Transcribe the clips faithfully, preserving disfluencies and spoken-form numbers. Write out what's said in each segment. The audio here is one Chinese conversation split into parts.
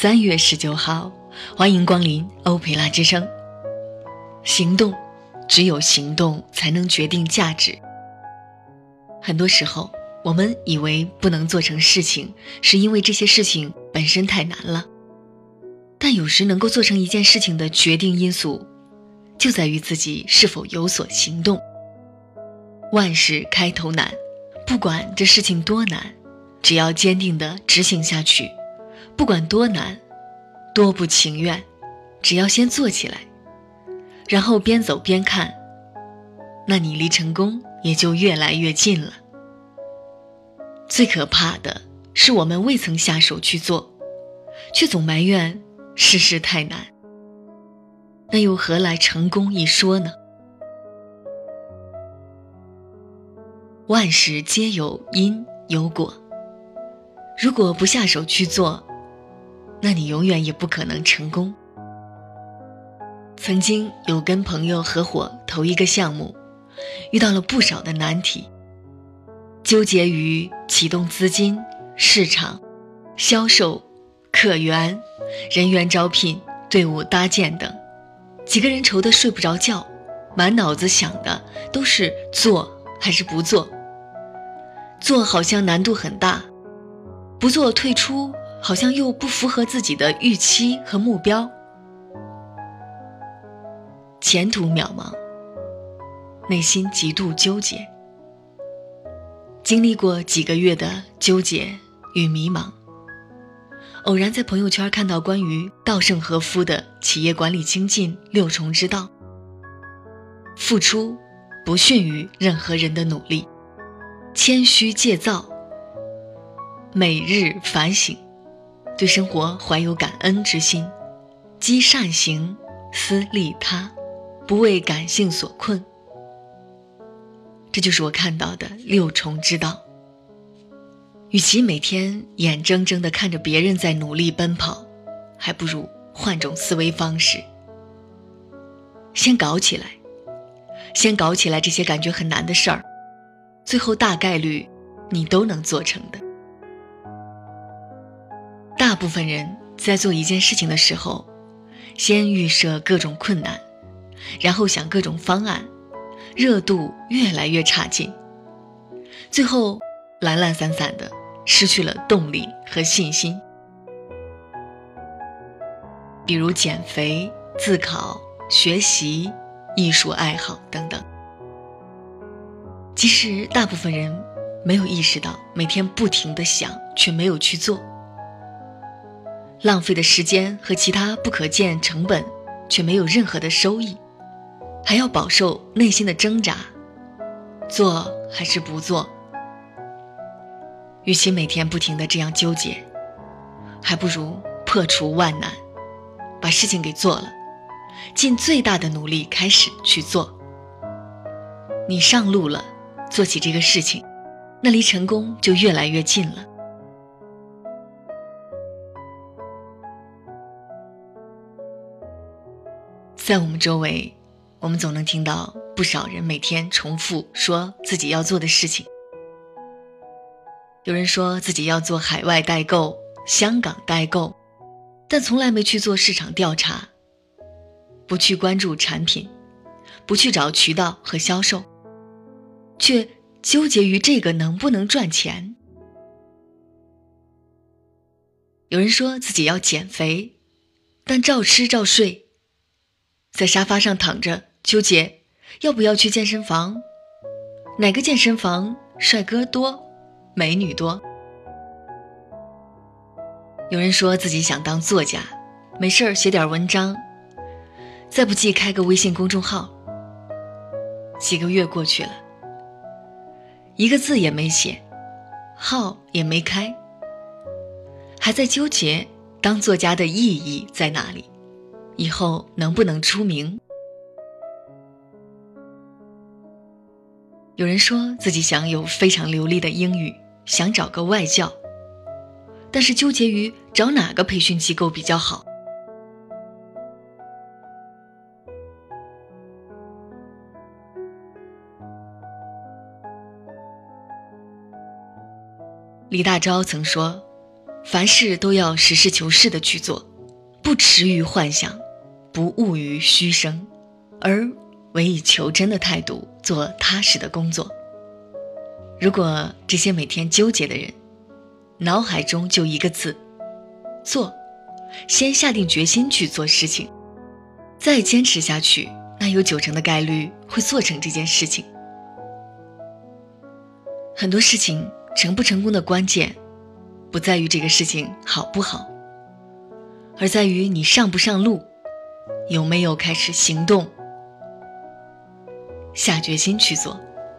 三月十九号，欢迎光临欧佩拉之声。行动，只有行动才能决定价值。很多时候，我们以为不能做成事情，是因为这些事情本身太难了。但有时能够做成一件事情的决定因素，就在于自己是否有所行动。万事开头难，不管这事情多难，只要坚定地执行下去，不管多难，多不情愿，只要先做起来，然后边走边看，那你离成功也就越来越近了。最可怕的是我们未曾下手去做，却总埋怨世事太难，那又何来成功一说呢？万事皆有因有果，如果不下手去做，那你永远也不可能成功。曾经有跟朋友合伙投一个项目，遇到了不少的难题，纠结于启动资金、市场、销售、客源、人员招聘、队伍搭建等，几个人愁得睡不着觉，满脑子想的都是做还是不做。做好像难度很大，不做退出好像又不符合自己的预期和目标，前途渺茫，内心极度纠结。经历过几个月的纠结与迷茫，偶然在朋友圈看到关于稻盛和夫的企业管理精进六重之道，付出不逊于任何人的努力，谦虚戒躁，每日反省，对生活怀有感恩之心，积善行，思利他，不为感性所困。这就是我看到的六重之道。与其每天眼睁睁地看着别人在努力奔跑，还不如换种思维方式，先搞起来，先搞起来这些感觉很难的事儿，最后大概率你都能做成的。大部分人在做一件事情的时候，先预设各种困难，然后想各种方案，热度越来越差劲，最后懒懒散散的，失去了动力和信心。比如减肥、自考、学习、艺术爱好等等。其实大部分人没有意识到，每天不停地想却没有去做，浪费的时间和其他不可见成本，却没有任何的收益，还要饱受内心的挣扎，做还是不做。与其每天不停地这样纠结，还不如破除万难，把事情给做了，尽最大的努力开始去做。你上路了，做起这个事情，那离成功就越来越近了。在我们周围，我们总能听到不少人每天重复说自己要做的事情。有人说自己要做海外代购、香港代购，但从来没去做市场调查，不去关注产品，不去找渠道和销售，却纠结于这个能不能赚钱。有人说自己要减肥，但照吃照睡，在沙发上躺着纠结要不要去健身房，哪个健身房帅哥多，美女多。有人说自己想当作家，没事儿写点文章，再不济开个微信公众号。几个月过去了，一个字也没写，号也没开，还在纠结当作家的意义在哪里，以后能不能出名。有人说自己想有非常流利的英语，想找个外教，但是纠结于找哪个培训机构比较好。李大钊曾说， 凡事都要实事求是的去做，不驰于幻想，不骛于虚声，而唯以求真的态度做踏实的工作。如果这些每天纠结的人脑海中就一个字，做，先下定决心去做事情，再坚持下去，那有九成的概率会做成这件事情。很多事情成不成功的关键不在于这个事情好不好，而在于你上不上路，有没有开始行动，下决心去做。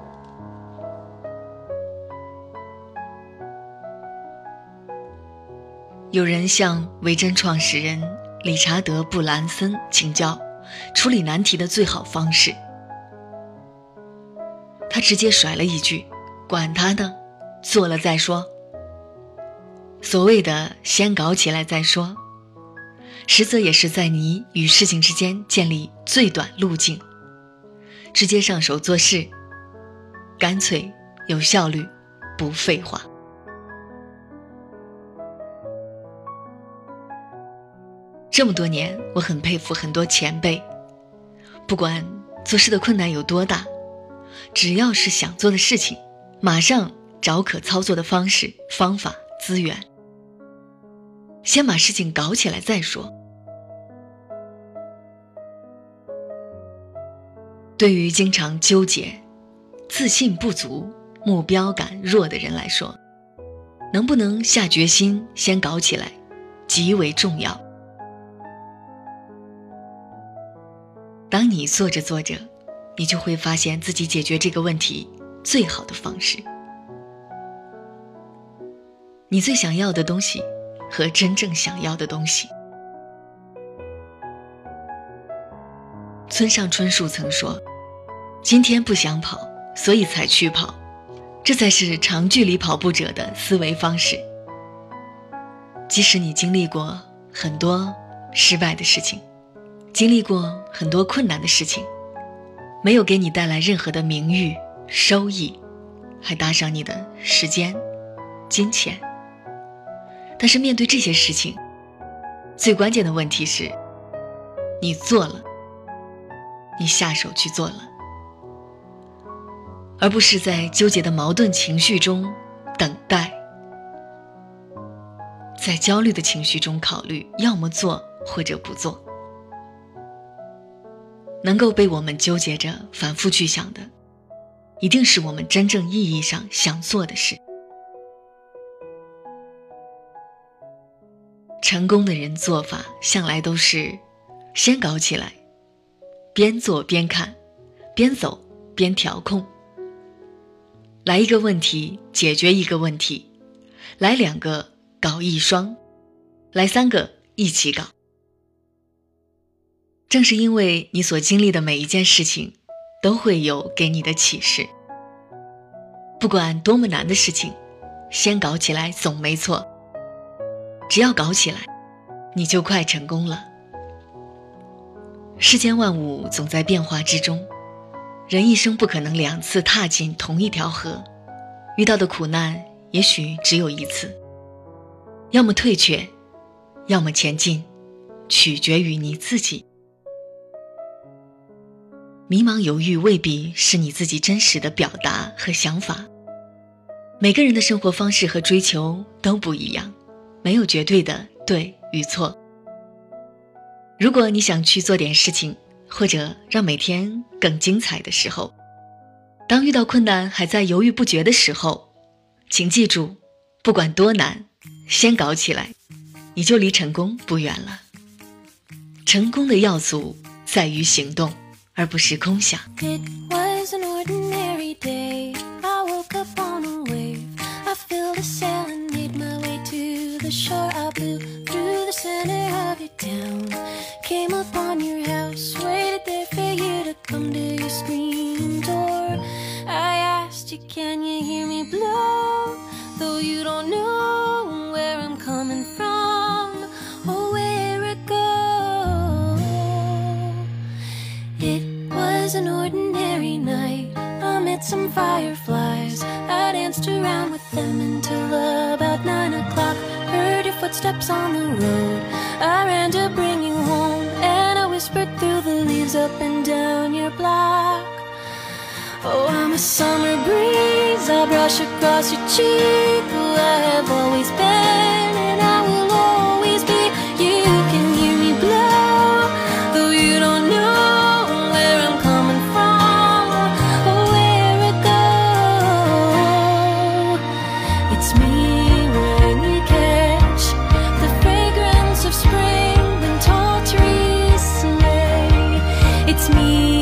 有人向维珍创始人理查德·布兰森请教处理难题的最好方式，他直接甩了一句，管他呢，做了再说。所谓的先搞起来再说，实则也是在你与事情之间建立最短路径，直接上手做事，干脆有效率，不废话。这么多年，我很佩服很多前辈，不管做事的困难有多大，只要是想做的事情，马上找可操作的方式、方法、资源，先把事情搞起来再说。对于经常纠结、自信不足、目标感弱的人来说，能不能下决心先搞起来极为重要。当你做着做着，你就会发现自己解决这个问题最好的方式。你最想要的东西和真正想要的东西。村上春树曾说，今天不想跑，所以才去跑，这才是长距离跑步者的思维方式。即使你经历过很多失败的事情，经历过很多困难的事情，没有给你带来任何的名誉、收益，还搭上你的时间、金钱。但是面对这些事情，最关键的问题是，你做了，你下手去做了，而不是在纠结的矛盾情绪中等待，在焦虑的情绪中考虑要么做或者不做。能够被我们纠结着反复去想的，一定是我们真正意义上想做的事。成功的人做法向来都是先搞起来，边做边看，边走边调控。来一个问题解决一个问题，来两个搞一双，来三个一起搞。正是因为你所经历的每一件事情都会有给你的启示，不管多么难的事情，先搞起来总没错，只要搞起来，你就快成功了。世间万物总在变化之中，人一生不可能两次踏进同一条河，遇到的苦难也许只有一次，要么退却，要么前进，取决于你自己。迷茫犹豫未必是你自己真实的表达和想法，每个人的生活方式和追求都不一样，没有绝对的对与错。如果你想去做点事情，或者让每天更精彩的时候，当遇到困难还在犹豫不决的时候，请记住，不管多难，先搞起来，你就离成功不远了。成功的要素在于行动，而不是空想。 It was an ordinary day. I woke up on a wave. I filled a sail and made my way to the shore. I blew through the center of your town, came upon your house, waited there for you to come to your screen door. I asked you, can you hear me blow? Though you don't know where I'm coming from or where it goes. It was an ordinary night. I met some fireflies. I danced around with them until about nine o'clock. Heard footsteps on the road. I ran to bring you home, and I whispered through the leaves up and down your block. Oh, I'm a summer breeze, I brush across your cheek. Who I have always been, and I will always be. You can hear me blow, though you don't know where I'm coming from or where I go. It's me when you catch the fragrance of spring when tall trees sway. It's me